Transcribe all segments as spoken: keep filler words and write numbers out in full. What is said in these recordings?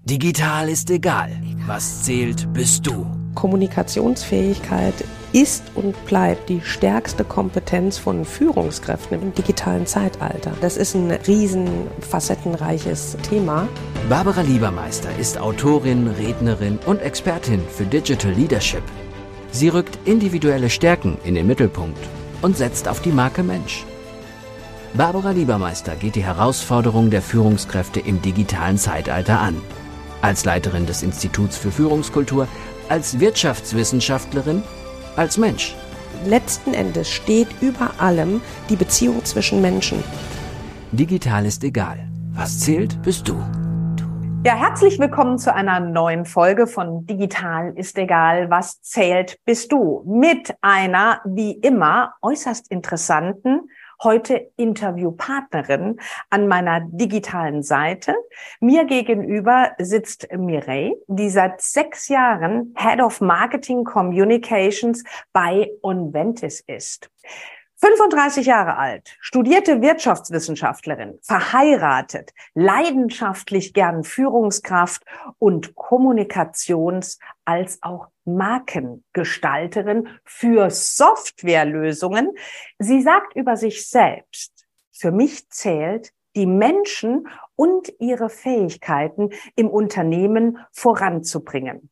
Digital ist egal. Was zählt, bist du. Kommunikationsfähigkeit ist und bleibt die stärkste Kompetenz von Führungskräften im digitalen Zeitalter. Das ist ein riesen facettenreiches Thema. Barbara Liebermeister ist Autorin, Rednerin und Expertin für Digital Leadership. Sie rückt individuelle Stärken in den Mittelpunkt und setzt auf die Marke Mensch. Barbara Liebermeister geht die Herausforderungen der Führungskräfte im digitalen Zeitalter an. Als Leiterin des Instituts für Führungskultur, als Wirtschaftswissenschaftlerin, als Mensch. Letzten Endes steht über allem die Beziehung zwischen Menschen. Digital ist egal. Was zählt, bist du. Ja, herzlich willkommen zu einer neuen Folge von Digital ist egal. Was zählt, bist du. Mit einer, wie immer, äußerst interessanten, heute Interviewpartnerin an meiner digitalen Seite. Mir gegenüber sitzt Mireille, die seit sechs Jahren Head of Marketing Communications bei Onventis ist. fünfunddreißig Jahre alt, studierte Wirtschaftswissenschaftlerin, verheiratet, leidenschaftlich gern Führungskraft und Kommunikations- als auch Markengestalterin für Softwarelösungen. Sie sagt über sich selbst: Für mich zählt, die Menschen und ihre Fähigkeiten im Unternehmen voranzubringen.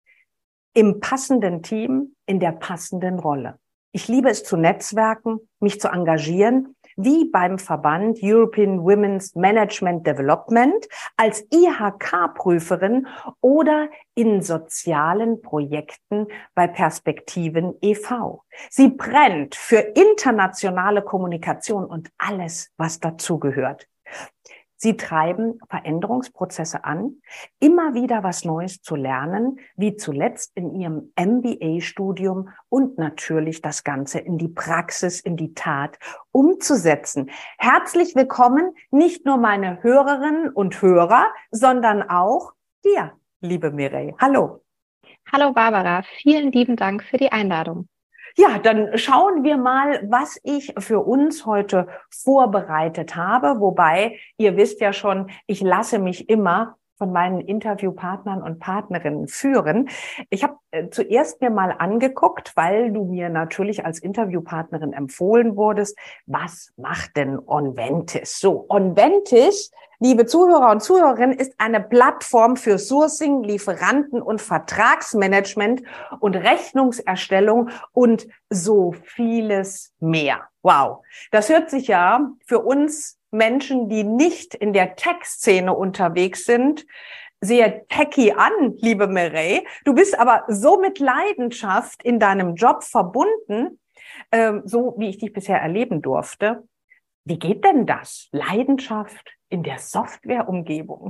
Im passenden Team, in der passenden Rolle. Ich liebe es zu netzwerken, mich zu engagieren, wie beim Verband European Women's Management Development, als I H K-Prüferin oder in sozialen Projekten bei Perspektiven e V Sie brennt für internationale Kommunikation und alles, was dazugehört. Sie treiben Veränderungsprozesse an, immer wieder was Neues zu lernen, wie zuletzt in ihrem M B A-Studium und natürlich das Ganze in die Praxis, in die Tat umzusetzen. Herzlich willkommen, nicht nur meine Hörerinnen und Hörer, sondern auch dir, liebe Mireille. Hallo. Hallo Barbara, vielen lieben Dank für die Einladung. Ja, dann schauen wir mal, was ich für uns heute vorbereitet habe. Wobei, ihr wisst ja schon, ich lasse mich immer von meinen Interviewpartnern und Partnerinnen führen. Ich habe äh, zuerst mir mal angeguckt, weil du mir natürlich als Interviewpartnerin empfohlen wurdest, was macht denn Onventis? So, Onventis, liebe Zuhörer und Zuhörerinnen, ist eine Plattform für Sourcing, Lieferanten- und Vertragsmanagement und Rechnungserstellung und so vieles mehr. Wow, das hört sich ja für uns Menschen, die nicht in der Tech-Szene unterwegs sind, sehr techy an, liebe Mireille. Du bist aber so mit Leidenschaft in deinem Job verbunden, ähm, so wie ich dich bisher erleben durfte. Wie geht denn das? Leidenschaft in der Softwareumgebung?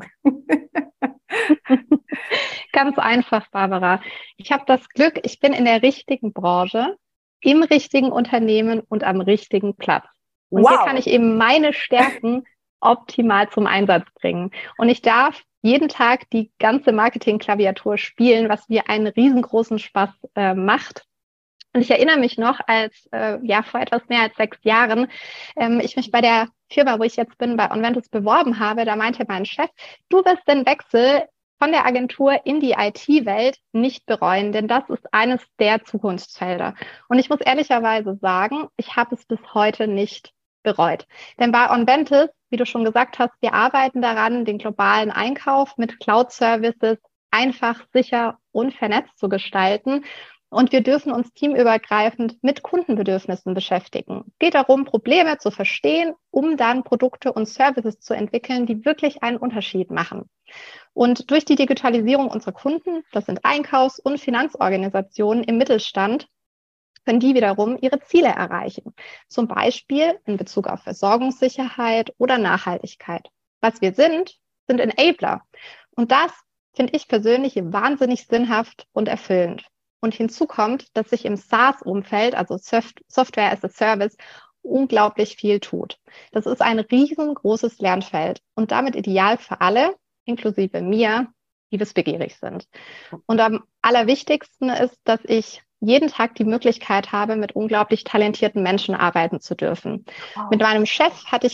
Ganz einfach, Barbara. Ich habe das Glück, ich bin in der richtigen Branche, im richtigen Unternehmen und am richtigen Platz. Und wow. Hier kann ich eben meine Stärken optimal zum Einsatz bringen. Und ich darf jeden Tag die ganze Marketing-Klaviatur spielen, was mir einen riesengroßen Spaß äh, macht. Und ich erinnere mich noch, als äh, ja vor etwas mehr als sechs Jahren ähm, ich mich bei der Firma, wo ich jetzt bin, bei Onventis beworben habe, da meinte mein Chef, du wirst den Wechsel von der Agentur in die I T-Welt nicht bereuen, denn das ist eines der Zukunftsfelder. Und ich muss ehrlicherweise sagen, ich habe es bis heute nicht bereut. Denn bei Onventis, wie du schon gesagt hast, wir arbeiten daran, den globalen Einkauf mit Cloud-Services einfach, sicher und vernetzt zu gestalten. Und wir dürfen uns teamübergreifend mit Kundenbedürfnissen beschäftigen. Es geht darum, Probleme zu verstehen, um dann Produkte und Services zu entwickeln, die wirklich einen Unterschied machen. Und durch die Digitalisierung unserer Kunden, das sind Einkaufs- und Finanzorganisationen im Mittelstand, können die wiederum ihre Ziele erreichen. Zum Beispiel in Bezug auf Versorgungssicherheit oder Nachhaltigkeit. Was wir sind, sind Enabler. Und das finde ich persönlich wahnsinnig sinnhaft und erfüllend. Und hinzu kommt, dass sich im SaaS-Umfeld, also Software as a Service, unglaublich viel tut. Das ist ein riesengroßes Lernfeld und damit ideal für alle, inklusive mir, die wissbegierig sind. Und am allerwichtigsten ist, dass ich jeden Tag die Möglichkeit habe, mit unglaublich talentierten Menschen arbeiten zu dürfen. Wow. Mit meinem Chef hatte ich auch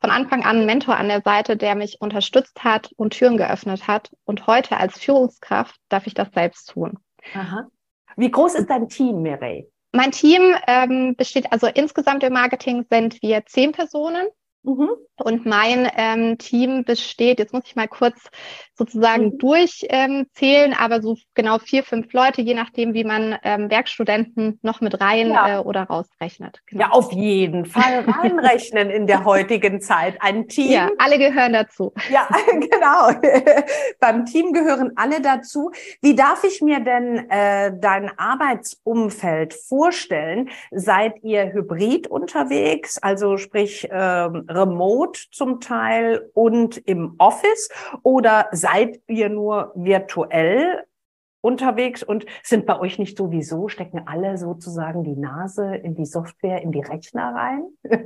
von Anfang an einen Mentor an der Seite, der mich unterstützt hat und Türen geöffnet hat. Und heute als Führungskraft darf ich das selbst tun. Aha. Wie groß ist dein Team, Mireille? Mein Team ähm, besteht, also insgesamt im Marketing sind wir zehn Personen. Mhm. Und mein ähm, Team besteht, jetzt muss ich mal kurz sozusagen mhm. durchzählen, ähm, aber so genau vier, fünf Leute, je nachdem, wie man ähm, Werkstudenten noch mit rein ja. äh, oder rausrechnet. Genau. Ja, auf jeden Fall reinrechnen in der heutigen Zeit. Ein Team. Ja, alle gehören dazu. Ja, genau. Beim Team gehören alle dazu. Wie darf ich mir denn äh, dein Arbeitsumfeld vorstellen? Seid ihr hybrid unterwegs, also sprich ähm, remote zum Teil und im Office, oder seid ihr nur virtuell unterwegs und sind bei euch nicht sowieso, stecken alle sozusagen die Nase in die Software, in die Rechner rein?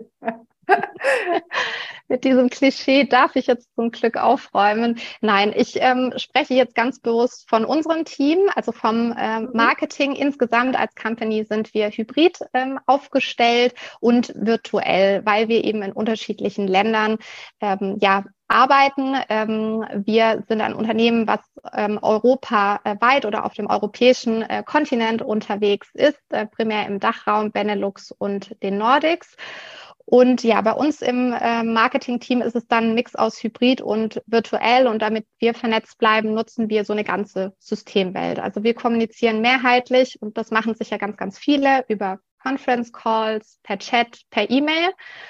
Mit diesem Klischee darf ich jetzt zum Glück aufräumen. Nein, ich ähm, spreche jetzt ganz bewusst von unserem Team, also vom ähm, Marketing. Insgesamt als Company sind wir hybrid ähm, aufgestellt und virtuell, weil wir eben in unterschiedlichen Ländern ähm, ja arbeiten. Ähm, wir sind ein Unternehmen, was ähm, europaweit oder auf dem europäischen äh, Kontinent unterwegs ist, äh, primär im Dachraum, Benelux und den Nordics. Und ja, bei uns im äh, Marketing-Team ist es dann ein Mix aus Hybrid und virtuell. Und damit wir vernetzt bleiben, nutzen wir so eine ganze Systemwelt. Also wir kommunizieren mehrheitlich, und das machen sicher ganz, ganz viele, über Conference Calls, per Chat, per E-Mail.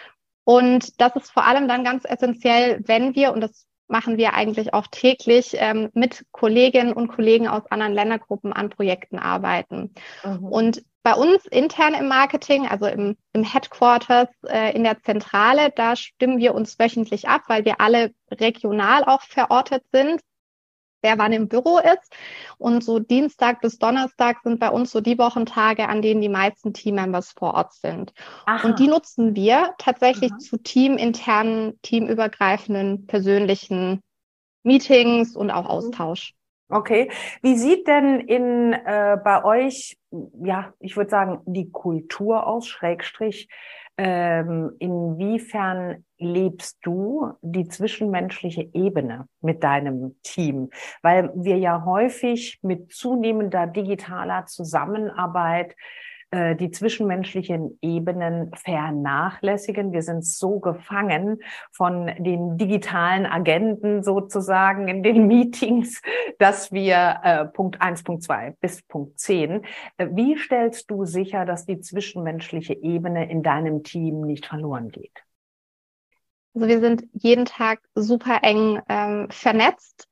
Und das ist vor allem dann ganz essentiell, wenn wir, und das machen wir eigentlich auch täglich, ähm, mit Kolleginnen und Kollegen aus anderen Ländergruppen an Projekten arbeiten. Mhm. Und bei uns intern im Marketing, also im, im Headquarters, äh, in der Zentrale, da stimmen wir uns wöchentlich ab, weil wir alle regional auch verortet sind, wer wann im Büro ist. Und so Dienstag bis Donnerstag sind bei uns so die Wochentage, an denen die meisten Teammembers vor Ort sind. Aha. Und die nutzen wir tatsächlich Aha. zu teaminternen, teamübergreifenden, persönlichen Meetings und auch Austausch. Okay. Wie sieht denn in äh, bei euch, ja, ich würde sagen, die Kultur aus, Schrägstrich, ähm, inwiefern lebst du die zwischenmenschliche Ebene mit deinem Team? Weil wir ja häufig mit zunehmender digitaler Zusammenarbeit äh, die zwischenmenschlichen Ebenen vernachlässigen. Wir sind so gefangen von den digitalen Agenten sozusagen in den Meetings, dass wir äh, Punkt eins, Punkt zwei bis Punkt zehn. Äh, wie stellst du sicher, dass die zwischenmenschliche Ebene in deinem Team nicht verloren geht? Also wir sind jeden Tag super eng ähm, vernetzt.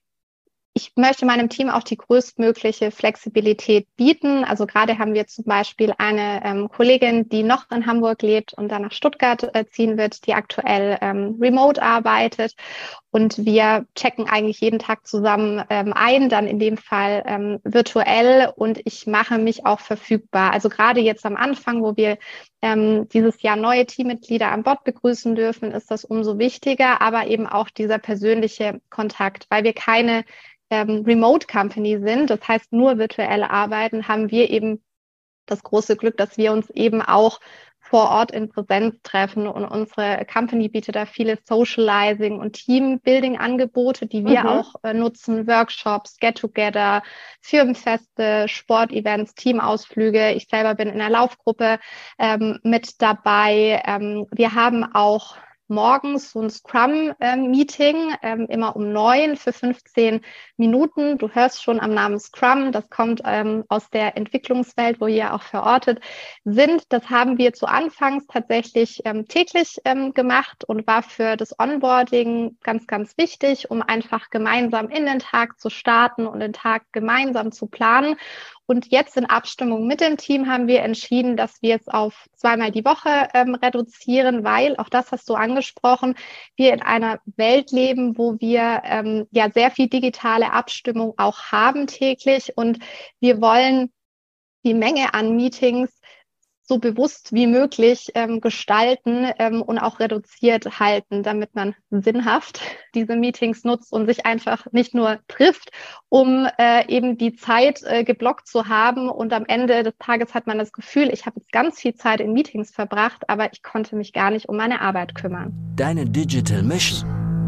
Ich möchte meinem Team auch die größtmögliche Flexibilität bieten. Also gerade haben wir zum Beispiel eine ähm, Kollegin, die noch in Hamburg lebt und dann nach Stuttgart äh, ziehen wird, die aktuell ähm, remote arbeitet. Und wir checken eigentlich jeden Tag zusammen ähm, ein, dann in dem Fall ähm, virtuell, und ich mache mich auch verfügbar. Also gerade jetzt am Anfang, wo wir ähm, dieses Jahr neue Teammitglieder an Bord begrüßen dürfen, ist das umso wichtiger, aber eben auch dieser persönliche Kontakt, weil wir keine ähm, Remote Company sind, das heißt nur virtuell arbeiten, haben wir eben das große Glück, dass wir uns eben auch vor Ort in Präsenz treffen, und unsere Company bietet da viele Socializing- und Teambuilding-Angebote, die wir mhm. auch äh, nutzen, Workshops, Get-Together, Firmenfeste, Sportevents, Teamausflüge. Ich selber bin in der Laufgruppe ähm, mit dabei. Ähm, wir haben auch morgens so ein Scrum-Meeting, ähm, immer um neun für fünfzehn Minuten. Du hörst schon am Namen Scrum, das kommt ähm, aus der Entwicklungswelt, wo wir auch verortet sind. Das haben wir zu Anfangs tatsächlich ähm, täglich ähm, gemacht und war für das Onboarding ganz, ganz wichtig, um einfach gemeinsam in den Tag zu starten und den Tag gemeinsam zu planen. Und jetzt in Abstimmung mit dem Team haben wir entschieden, dass wir es auf zweimal die Woche ähm, reduzieren, weil, auch das hast du angesprochen, wir in einer Welt leben, wo wir ähm, ja sehr viel digitale Abstimmung auch haben täglich, und wir wollen die Menge an Meetings so bewusst wie möglich ähm, gestalten ähm, und auch reduziert halten, damit man sinnhaft diese Meetings nutzt und sich einfach nicht nur trifft, um äh, eben die Zeit äh, geblockt zu haben. Und am Ende des Tages hat man das Gefühl, ich habe jetzt ganz viel Zeit in Meetings verbracht, aber ich konnte mich gar nicht um meine Arbeit kümmern. Deine Digital Mission.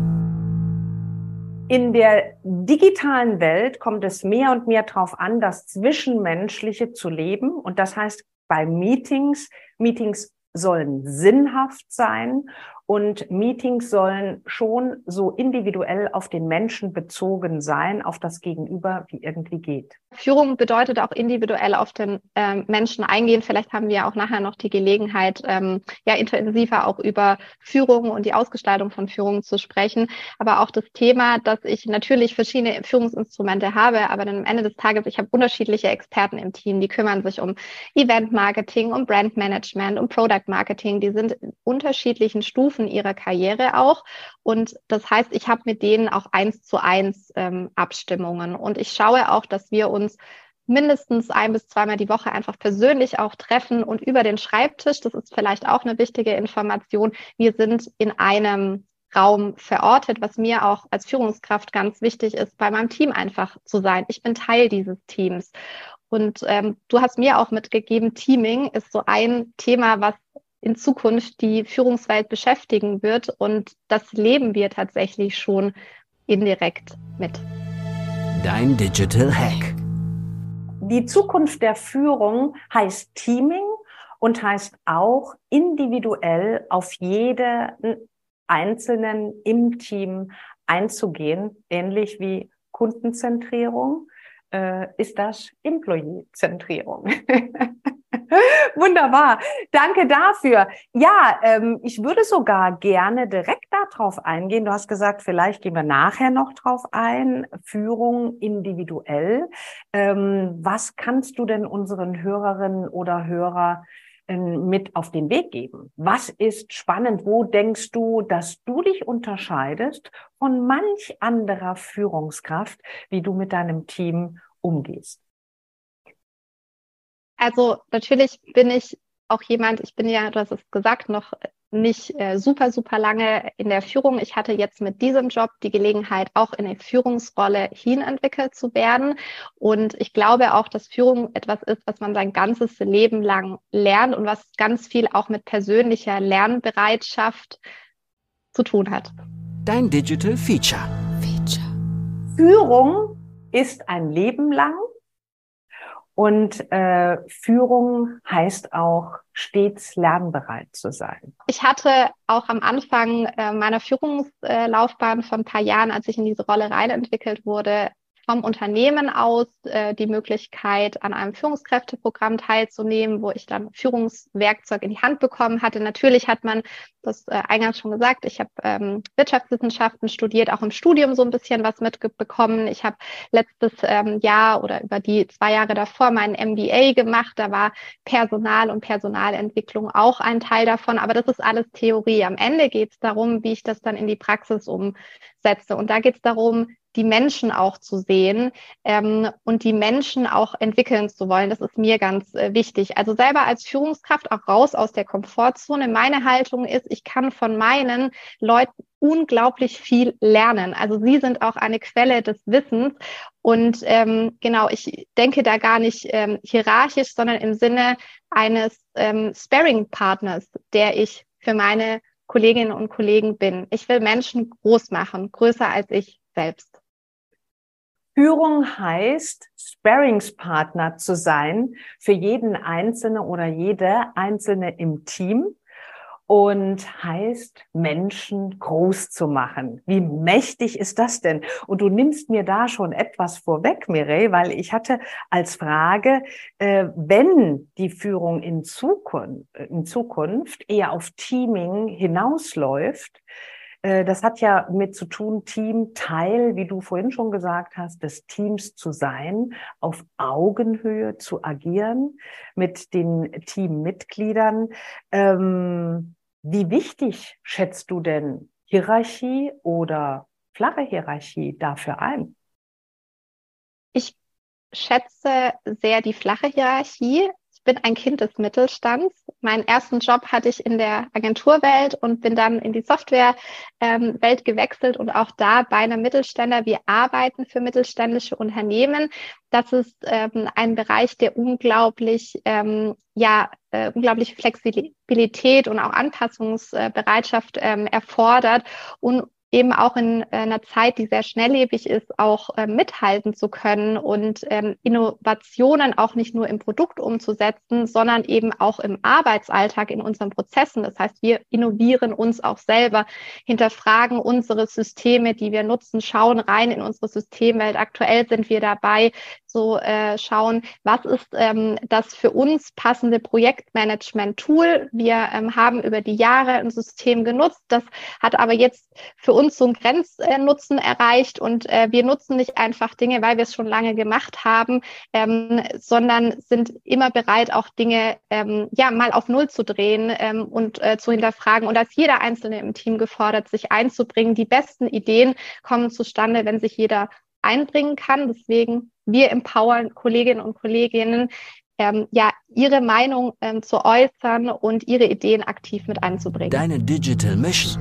In der digitalen Welt kommt es mehr und mehr darauf an, das Zwischenmenschliche zu leben. Und das heißt, bei Meetings, Meetings sollen sinnhaft sein und Meetings sollen schon so individuell auf den Menschen bezogen sein, auf das Gegenüber, wie irgendwie geht. Führung bedeutet auch individuell auf den ähm, Menschen eingehen. Vielleicht haben wir auch nachher noch die Gelegenheit, ähm, ja intensiver auch über Führung und die Ausgestaltung von Führung zu sprechen. Aber auch das Thema, dass ich natürlich verschiedene Führungsinstrumente habe, aber dann am Ende des Tages, ich habe unterschiedliche Experten im Team, die kümmern sich um Event-Marketing, um Brand-Management, um Product-Marketing. Die sind in unterschiedlichen Stufen ihrer Karriere auch. Und das heißt, ich habe mit denen auch eins zu eins ähm, Abstimmungen. Und ich schaue auch, dass wir uns mindestens ein bis zweimal die Woche einfach persönlich auch treffen und über den Schreibtisch, das ist vielleicht auch eine wichtige Information, wir sind in einem Raum verortet, was mir auch als Führungskraft ganz wichtig ist, bei meinem Team einfach zu sein. Ich bin Teil dieses Teams. Und ähm, du hast mir auch mitgegeben, Teaming ist so ein Thema, was in Zukunft die Führungswelt beschäftigen wird. Und das leben wir tatsächlich schon indirekt mit. Dein Digital Hack. Die Zukunft der Führung heißt Teaming und heißt auch individuell auf jeden Einzelnen im Team einzugehen, ähnlich wie Kundenzentrierung, äh, ist das Employee-Zentrierung. Wunderbar, danke dafür. Ja, ähm, ich würde sogar gerne direkt darauf eingehen. Du hast gesagt, vielleicht gehen wir nachher noch drauf ein. Führung individuell. Ähm, was kannst du denn unseren Hörerinnen oder Hörern ähm, mit auf den Weg geben? Was ist spannend? Wo denkst du, dass du dich unterscheidest von manch anderer Führungskraft, wie du mit deinem Team umgehst? Also natürlich bin ich auch jemand, ich bin ja, du hast es gesagt, noch nicht äh, super, super lange in der Führung. Ich hatte jetzt mit diesem Job die Gelegenheit, auch in eine Führungsrolle hinentwickelt zu werden. Und ich glaube auch, dass Führung etwas ist, was man sein ganzes Leben lang lernt und was ganz viel auch mit persönlicher Lernbereitschaft zu tun hat. Dein Digital Feature. Feature. Führung ist ein Leben lang. Und äh, Führung heißt auch, stets lernbereit zu sein. Ich hatte auch am Anfang äh, meiner Führungslaufbahn vor ein paar Jahren, als ich in diese Rolle reinentwickelt wurde, vom Unternehmen aus äh, die Möglichkeit, an einem Führungskräfteprogramm teilzunehmen, wo ich dann Führungswerkzeug in die Hand bekommen hatte. Natürlich hat man das äh, eingangs schon gesagt, ich habe ähm, Wirtschaftswissenschaften studiert, auch im Studium so ein bisschen was mitbekommen. Ich habe letztes ähm, Jahr oder über die zwei Jahre davor meinen M B A gemacht. Da war Personal und Personalentwicklung auch ein Teil davon. Aber das ist alles Theorie. Am Ende geht es darum, wie ich das dann in die Praxis umsetze. Und da geht es darum, die Menschen auch zu sehen ähm, und die Menschen auch entwickeln zu wollen. Das ist mir ganz äh, wichtig. Also selber als Führungskraft auch raus aus der Komfortzone. Meine Haltung ist, ich kann von meinen Leuten unglaublich viel lernen. Also sie sind auch eine Quelle des Wissens. Und ähm, genau, ich denke da gar nicht ähm, hierarchisch, sondern im Sinne eines ähm, Sparring-Partners, der ich für meine Kolleginnen und Kollegen bin. Ich will Menschen groß machen, größer als ich selbst. Führung heißt, Sparringspartner zu sein für jeden Einzelne oder jede Einzelne im Team und heißt, Menschen groß zu machen. Wie mächtig ist das denn? Und du nimmst mir da schon etwas vorweg, Mireille, weil ich hatte als Frage, äh, wenn die Führung in Zukunft, in Zukunft eher auf Teaming hinausläuft, das hat ja mit zu tun, Team, Teil, wie du vorhin schon gesagt hast, des Teams zu sein, auf Augenhöhe zu agieren mit den Teammitgliedern. Ähm, wie wichtig schätzt du denn Hierarchie oder flache Hierarchie dafür ein? Ich schätze sehr die flache Hierarchie. Ich bin ein Kind des Mittelstands. Meinen ersten Job hatte ich in der Agenturwelt und bin dann in die Softwarewelt ähm, gewechselt und auch da bei einem Mittelständler. Wir arbeiten für mittelständische Unternehmen. Das ist ähm, ein Bereich, der unglaublich, ähm, ja, äh, unglaubliche Flexibilität und auch Anpassungsbereitschaft ähm, erfordert und eben auch in äh, einer Zeit, die sehr schnelllebig ist, auch äh, mithalten zu können und ähm, Innovationen auch nicht nur im Produkt umzusetzen, sondern eben auch im Arbeitsalltag, in unseren Prozessen. Das heißt, wir innovieren uns auch selber, hinterfragen unsere Systeme, die wir nutzen, schauen rein in unsere Systemwelt. Aktuell sind wir dabei, so äh, schauen, was ist ähm, das für uns passende Projektmanagement-Tool. Wir ähm, haben über die Jahre ein System genutzt, das hat aber jetzt für uns so einen Grenznutzen erreicht und äh, wir nutzen nicht einfach Dinge, weil wir es schon lange gemacht haben, ähm, sondern sind immer bereit, auch Dinge ähm, ja mal auf Null zu drehen ähm, und äh, zu hinterfragen. Und da ist jeder Einzelne im Team gefordert, sich einzubringen. Die besten Ideen kommen zustande, wenn sich jeder einbringen kann. Deswegen, wir empowern Kolleginnen und Kolleginnen, ähm, ja, ihre Meinung ähm, zu äußern und ihre Ideen aktiv mit einzubringen. Deine Digital Mission.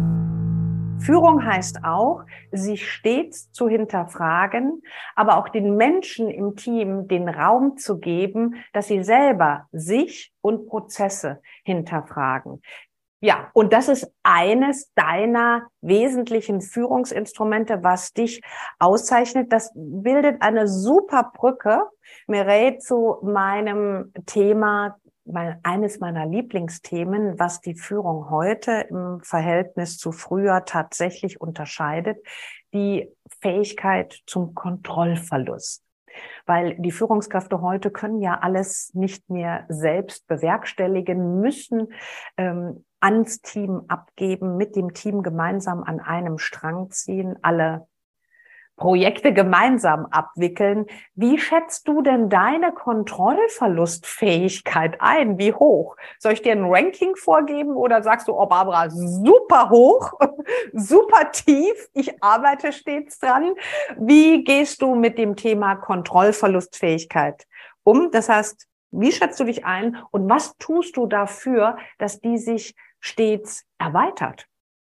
Führung heißt auch, sich stets zu hinterfragen, aber auch den Menschen im Team den Raum zu geben, dass sie selber sich und Prozesse hinterfragen. Ja, und das ist eines deiner wesentlichen Führungsinstrumente, was dich auszeichnet. Das bildet eine super Brücke, Mireille, zu meinem Thema, mein, eines meiner Lieblingsthemen, was die Führung heute im Verhältnis zu früher tatsächlich unterscheidet, die Fähigkeit zum Kontrollverlust. Weil die Führungskräfte heute können ja alles nicht mehr selbst bewerkstelligen, müssen ähm, ans Team abgeben, mit dem Team gemeinsam an einem Strang ziehen, alle Projekte gemeinsam abwickeln. Wie schätzt du denn deine Kontrollverlustfähigkeit ein? Wie hoch? Soll ich dir ein Ranking vorgeben oder sagst du, oh Barbara, super hoch, super tief, ich arbeite stets dran. Wie gehst du mit dem Thema Kontrollverlustfähigkeit um? Das heißt, wie schätzt du dich ein und was tust du dafür, dass die sich stets erweitert?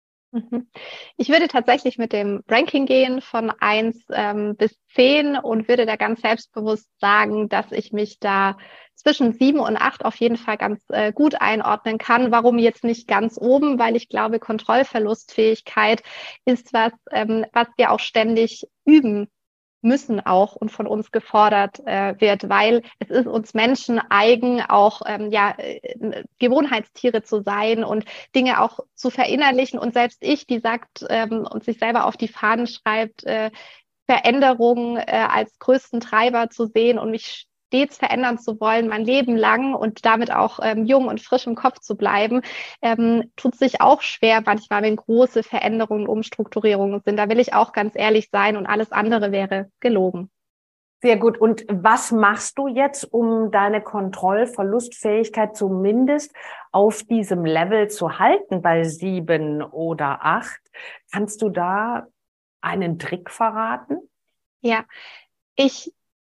Ich würde tatsächlich mit dem Ranking gehen von eins ähm, bis zehn und würde da ganz selbstbewusst sagen, dass ich mich da zwischen sieben und acht auf jeden Fall ganz äh, gut einordnen kann. Warum jetzt nicht ganz oben? Weil ich glaube, Kontrollverlustfähigkeit ist was, ähm, was wir auch ständig üben müssen auch und von uns gefordert äh, wird, weil es ist uns Menschen eigen, auch ähm, ja äh, Gewohnheitstiere zu sein und Dinge auch zu verinnerlichen. Und selbst ich, die sagt ähm, und sich selber auf die Fahnen schreibt, äh, Veränderungen äh, als größten Treiber zu sehen und mich stets verändern zu wollen, mein Leben lang und damit auch ähm, jung und frisch im Kopf zu bleiben, ähm, tut sich auch schwer manchmal, wenn große Veränderungen, Umstrukturierungen sind. Da will ich auch ganz ehrlich sein und alles andere wäre gelogen. Sehr gut. Und was machst du jetzt, um deine Kontrollverlustfähigkeit zumindest auf diesem Level zu halten, bei sieben oder acht? Kannst du da einen Trick verraten? Ja, ich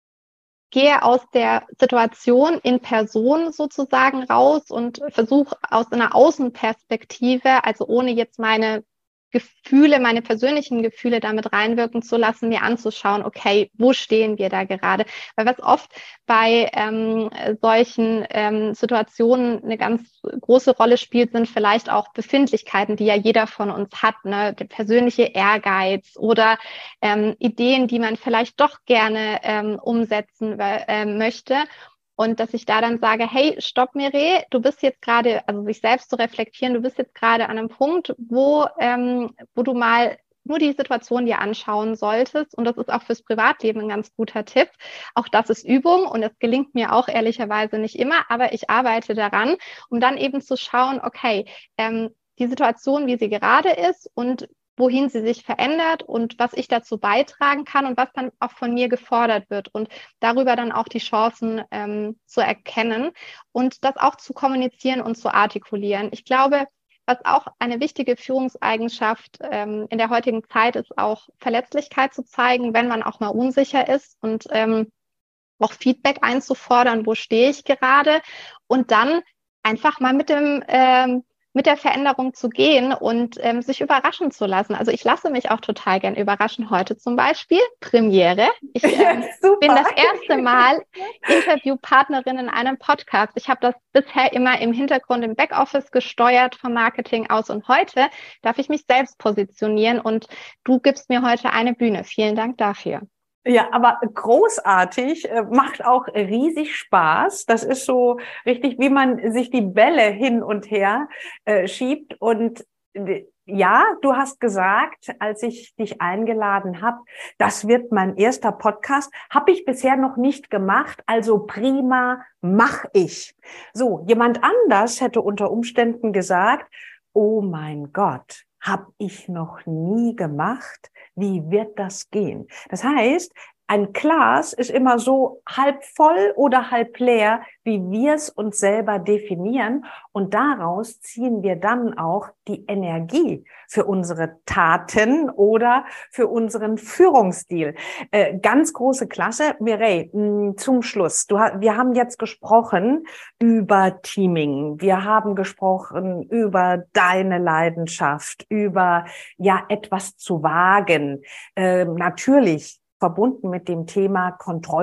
gehe aus der Situation in Person sozusagen raus und versuche aus einer Außenperspektive, also ohne jetzt meine Gefühle, meine persönlichen Gefühle damit reinwirken zu lassen, mir anzuschauen, okay, wo stehen wir da gerade? Weil was oft bei ähm, solchen ähm, Situationen eine ganz große Rolle spielt, sind vielleicht auch Befindlichkeiten, die ja jeder von uns hat, ne? Der persönliche Ehrgeiz oder ähm, Ideen, die man vielleicht doch gerne ähm, umsetzen äh, möchte. Und dass ich da dann sage, hey, stopp Mireille, du bist jetzt gerade, also sich selbst zu reflektieren, du bist jetzt gerade an einem Punkt, wo, ähm, wo du mal nur die Situation dir anschauen solltest. Und das ist auch fürs Privatleben ein ganz guter Tipp. Auch das ist Übung und es gelingt mir auch ehrlicherweise nicht immer, aber ich arbeite daran, um dann eben zu schauen, okay, ähm, die Situation, wie sie gerade ist und wohin sie sich verändert und was ich dazu beitragen kann und was dann auch von mir gefordert wird und darüber dann auch die Chancen ähm, zu erkennen und das auch zu kommunizieren und zu artikulieren. Ich glaube, was auch eine wichtige Führungseigenschaft ähm, in der heutigen Zeit ist, auch Verletzlichkeit zu zeigen, wenn man auch mal unsicher ist und ähm, auch Feedback einzufordern, wo stehe ich gerade und dann einfach mal mit dem ähm, mit der Veränderung zu gehen und ähm, sich überraschen zu lassen. Also ich lasse mich auch total gern überraschen. Heute zum Beispiel Premiere. Ich ähm, bin das erste Mal Interviewpartnerin in einem Podcast. Ich habe das bisher immer im Hintergrund im Backoffice gesteuert vom Marketing aus und heute darf ich mich selbst positionieren und du gibst mir heute eine Bühne. Vielen Dank dafür. Ja, aber großartig, macht auch riesig Spaß. Das ist so richtig, wie man sich die Bälle hin und her äh, schiebt. Und äh, ja, du hast gesagt, als ich dich eingeladen habe, das wird mein erster Podcast. Habe ich bisher noch nicht gemacht, also prima, mach ich. So, jemand anders hätte unter Umständen gesagt, oh mein Gott, habe ich noch nie gemacht. Wie wird das gehen? Das heißt, ein Glas ist immer so halb voll oder halb leer, wie wir es uns selber definieren. Und daraus ziehen wir dann auch die Energie für unsere Taten oder für unseren Führungsstil. Äh, ganz große Klasse. Mireille, zum Schluss. Du, wir haben jetzt gesprochen über Teaming. Wir haben gesprochen über deine Leidenschaft, über ja etwas zu wagen. Äh, natürlich verbunden mit dem Thema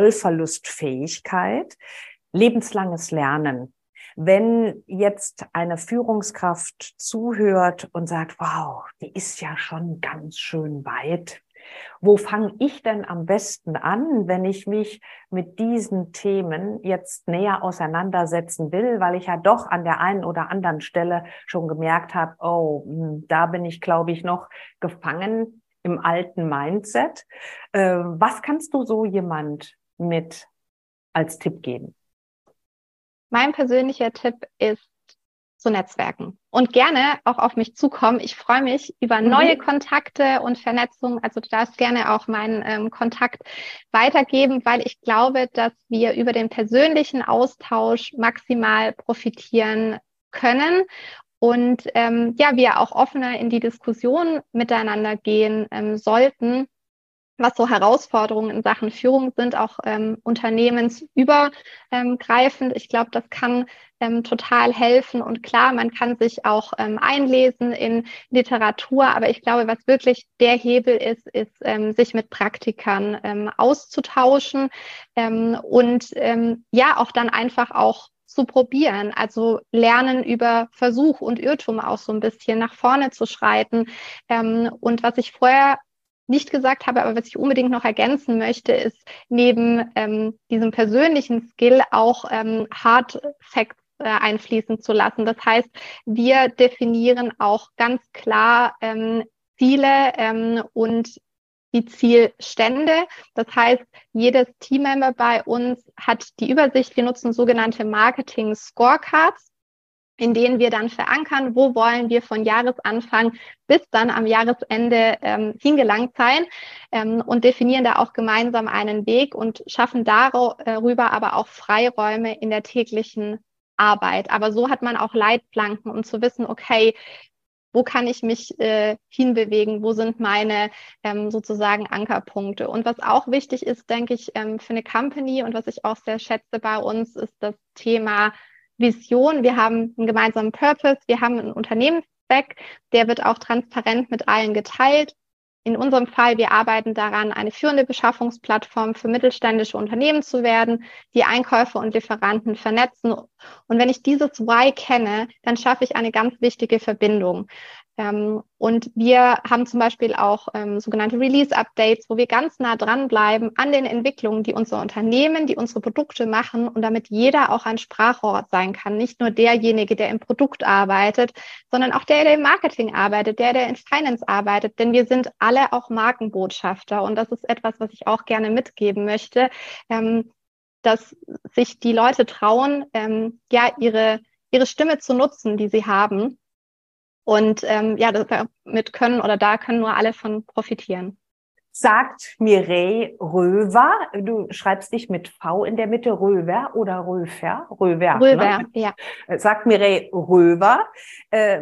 Kontrollverlustfähigkeit, lebenslanges Lernen. Wenn jetzt eine Führungskraft zuhört und sagt, wow, die ist ja schon ganz schön weit. Wo fange ich denn am besten an, wenn ich mich mit diesen Themen jetzt näher auseinandersetzen will, weil ich ja doch an der einen oder anderen Stelle schon gemerkt habe, oh, da bin ich, glaube ich, noch gefangen im alten Mindset. Äh, was kannst du so jemand mit als Tipp geben? Mein persönlicher Tipp ist zu netzwerken und gerne auch auf mich zukommen. Ich freue mich über mhm. neue Kontakte und Vernetzung. Also du darfst gerne auch meinen ähm, Kontakt weitergeben, weil ich glaube, dass wir über den persönlichen Austausch maximal profitieren können. Und ähm, ja, wir auch offener in die Diskussion miteinander gehen ähm, sollten, was so Herausforderungen in Sachen Führung sind, auch ähm, unternehmensübergreifend. Ich glaube, das kann ähm, total helfen. Und klar, man kann sich auch ähm, einlesen in Literatur, aber ich glaube, was wirklich der Hebel ist, ist, ähm, sich mit Praktikern ähm, auszutauschen ähm, und ähm, ja, auch dann einfach auch zu probieren, also lernen über Versuch und Irrtum auch so ein bisschen nach vorne zu schreiten. Ähm, und was ich vorher nicht gesagt habe, aber was ich unbedingt noch ergänzen möchte, ist neben ähm, diesem persönlichen Skill auch ähm, Hard Facts äh, einfließen zu lassen. Das heißt, wir definieren auch ganz klar ähm, Ziele ähm, und die Zielstände. Das heißt, jedes Teammember bei uns hat die Übersicht. Wir nutzen sogenannte Marketing Scorecards, in denen wir dann verankern, wo wollen wir von Jahresanfang bis dann am Jahresende ähm, hingelangt sein ähm, und definieren da auch gemeinsam einen Weg und schaffen darüber aber auch Freiräume in der täglichen Arbeit. Aber so hat man auch Leitplanken, um zu wissen, okay, wo kann ich mich äh, hinbewegen? Wo sind meine ähm, sozusagen Ankerpunkte? Und was auch wichtig ist, denke ich, ähm, für eine Company und was ich auch sehr schätze bei uns, ist das Thema Vision. Wir haben einen gemeinsamen Purpose, wir haben einen Unternehmenszweck, der wird auch transparent mit allen geteilt. In unserem Fall, wir arbeiten daran, eine führende Beschaffungsplattform für mittelständische Unternehmen zu werden, die Einkäufer und Lieferanten vernetzen. Und wenn ich dieses Why kenne, dann schaffe ich eine ganz wichtige Verbindung. Ähm, und wir haben zum Beispiel auch ähm, sogenannte Release-Updates, wo wir ganz nah dranbleiben an den Entwicklungen, die unser Unternehmen, die unsere Produkte machen und damit jeder auch ein Sprachrohr sein kann. Nicht nur derjenige, der im Produkt arbeitet, sondern auch der, der im Marketing arbeitet, der, der in Finance arbeitet. Denn wir sind alle auch Markenbotschafter und das ist etwas, was ich auch gerne mitgeben möchte, ähm, dass sich die Leute trauen, ähm, ja, ihre, ihre Stimme zu nutzen, die sie haben. Und ähm, ja, damit können oder da können nur alle von profitieren. Sagt Mireille Röver, du schreibst dich mit V in der Mitte, Röver oder Röfer? Röver, Röver, ne? Ja. Sagt Mireille Röver, äh,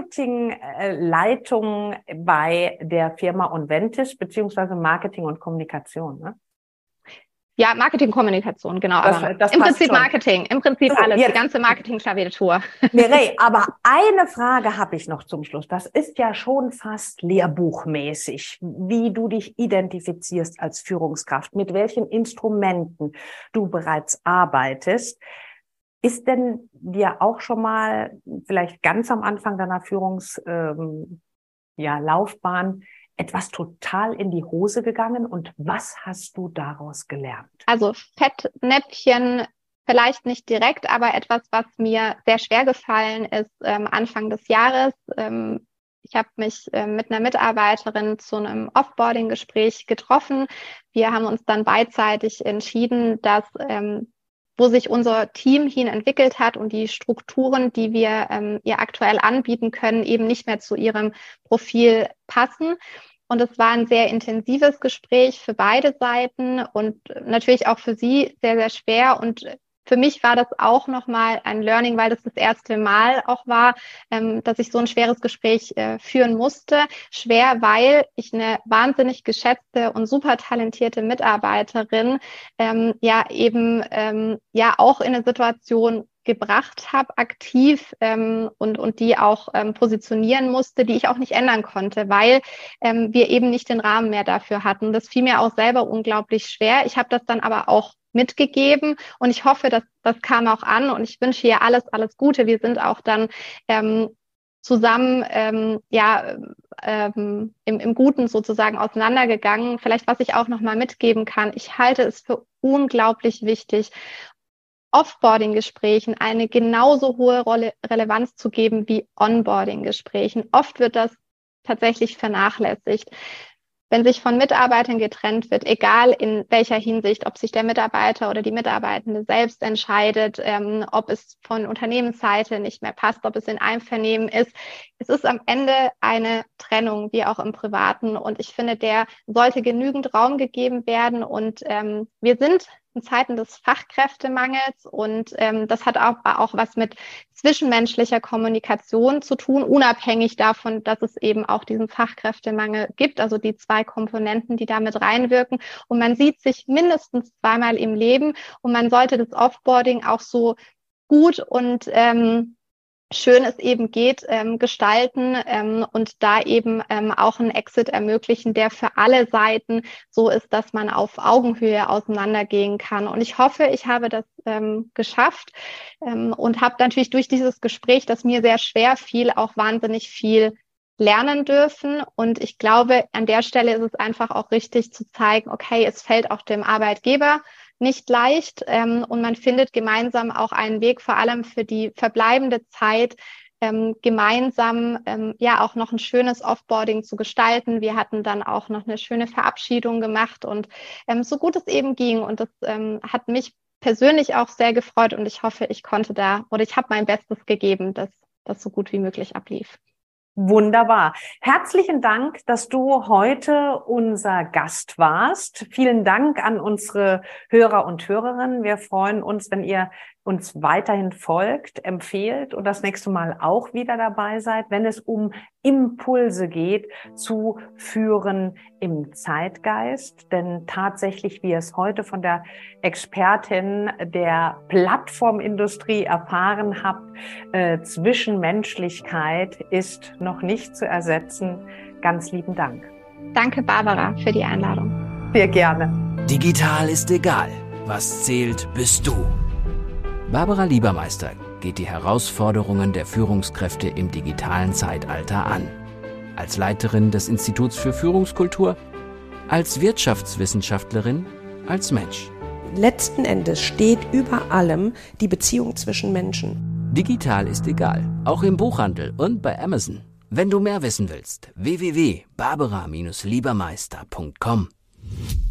Marketingleitung bei der Firma Onventis, beziehungsweise Marketing und Kommunikation, ne? Ja, Marketing-Kommunikation, genau. Das, aber das im Prinzip schon. Marketing, im Prinzip So, alles, jetzt. die ganze Marketing-Klaviatur. Mireille, aber eine Frage habe ich noch zum Schluss. Das ist ja schon fast lehrbuchmäßig, wie du dich identifizierst als Führungskraft, mit welchen Instrumenten du bereits arbeitest. Ist denn dir auch schon mal vielleicht ganz am Anfang deiner Führungs, ähm, ja, Laufbahn etwas total in die Hose gegangen und was hast du daraus gelernt? Also Fettnäpfchen vielleicht nicht direkt, aber etwas, was mir sehr schwer gefallen ist ähm, Anfang des Jahres. Ähm, ich habe mich äh, mit einer Mitarbeiterin zu einem Offboarding-Gespräch getroffen. Wir haben uns dann beidseitig entschieden, dass ähm, wo sich unser Team hin entwickelt hat und die Strukturen, die wir ähm, ihr aktuell anbieten können, eben nicht mehr zu ihrem Profil passen. Und es war ein sehr intensives Gespräch für beide Seiten und natürlich auch für sie sehr, sehr schwer. Und für mich war das auch nochmal ein Learning, weil das das erste Mal auch war, ähm, dass ich so ein schweres Gespräch äh, führen musste. Schwer, weil ich eine wahnsinnig geschätzte und super talentierte Mitarbeiterin ähm, ja eben ähm, ja auch in eine Situation gebracht habe, aktiv ähm, und und die auch ähm, positionieren musste, die ich auch nicht ändern konnte, weil ähm, wir eben nicht den Rahmen mehr dafür hatten. Das fiel mir auch selber unglaublich schwer. Ich habe das dann aber auch mitgegeben und ich hoffe, dass das kam auch an und ich wünsche ihr alles, alles Gute. Wir sind auch dann ähm, zusammen ähm, ja ähm, im, im Guten sozusagen auseinandergegangen. Vielleicht, was ich auch nochmal mitgeben kann, ich halte es für unglaublich wichtig, Offboarding-Gesprächen eine genauso hohe Rolle, Relevanz zu geben wie Onboarding-Gesprächen. Oft wird das tatsächlich vernachlässigt. Wenn sich von Mitarbeitern getrennt wird, egal in welcher Hinsicht, ob sich der Mitarbeiter oder die Mitarbeitende selbst entscheidet, ähm, ob es von Unternehmensseite nicht mehr passt, ob es in Einvernehmen ist, es ist am Ende eine Trennung, wie auch im Privaten. Und ich finde, der sollte genügend Raum gegeben werden. Und ähm, wir sind in Zeiten des Fachkräftemangels und ähm, das hat auch, auch was mit zwischenmenschlicher Kommunikation zu tun, unabhängig davon, dass es eben auch diesen Fachkräftemangel gibt, also die zwei Komponenten, die damit reinwirken. Und man sieht sich mindestens zweimal im Leben und man sollte das Offboarding auch so gut und ähm, schön es eben geht, ähm, gestalten ähm, und da eben ähm, auch einen Exit ermöglichen, der für alle Seiten so ist, dass man auf Augenhöhe auseinandergehen kann. Und ich hoffe, ich habe das ähm, geschafft ähm, und habe natürlich durch dieses Gespräch, das mir sehr schwer fiel, auch wahnsinnig viel lernen dürfen. Und ich glaube, an der Stelle ist es einfach auch richtig zu zeigen, okay, es fällt auch dem Arbeitgeber nicht leicht ähm, und man findet gemeinsam auch einen Weg, vor allem für die verbleibende Zeit, ähm, gemeinsam ähm, ja auch noch ein schönes Offboarding zu gestalten. Wir hatten dann auch noch eine schöne Verabschiedung gemacht und ähm, so gut es eben ging. Und das ähm, hat mich persönlich auch sehr gefreut und ich hoffe, ich konnte da oder ich habe mein Bestes gegeben, dass das so gut wie möglich ablief. Wunderbar. Herzlichen Dank, dass du heute unser Gast warst. Vielen Dank an unsere Hörer und Hörerinnen. Wir freuen uns, wenn ihr uns weiterhin folgt, empfehlt und das nächste Mal auch wieder dabei seid, wenn es um Impulse geht zu Führen im Zeitgeist. Denn tatsächlich, wie ihr es heute von der Expertin der Plattformindustrie erfahren habt, äh, Zwischenmenschlichkeit ist noch nicht zu ersetzen. Ganz lieben Dank. Danke, Barbara, für die Einladung. Sehr gerne. Digital ist egal. Was zählt, bist du. Barbara Liebermeister geht die Herausforderungen der Führungskräfte im digitalen Zeitalter an. Als Leiterin des Instituts für Führungskultur, als Wirtschaftswissenschaftlerin, als Mensch. Letzten Endes steht über allem die Beziehung zwischen Menschen. Digital ist egal, auch im Buchhandel und bei Amazon. Wenn du mehr wissen willst, w w w punkt barbara Bindestrich liebermeister punkt com.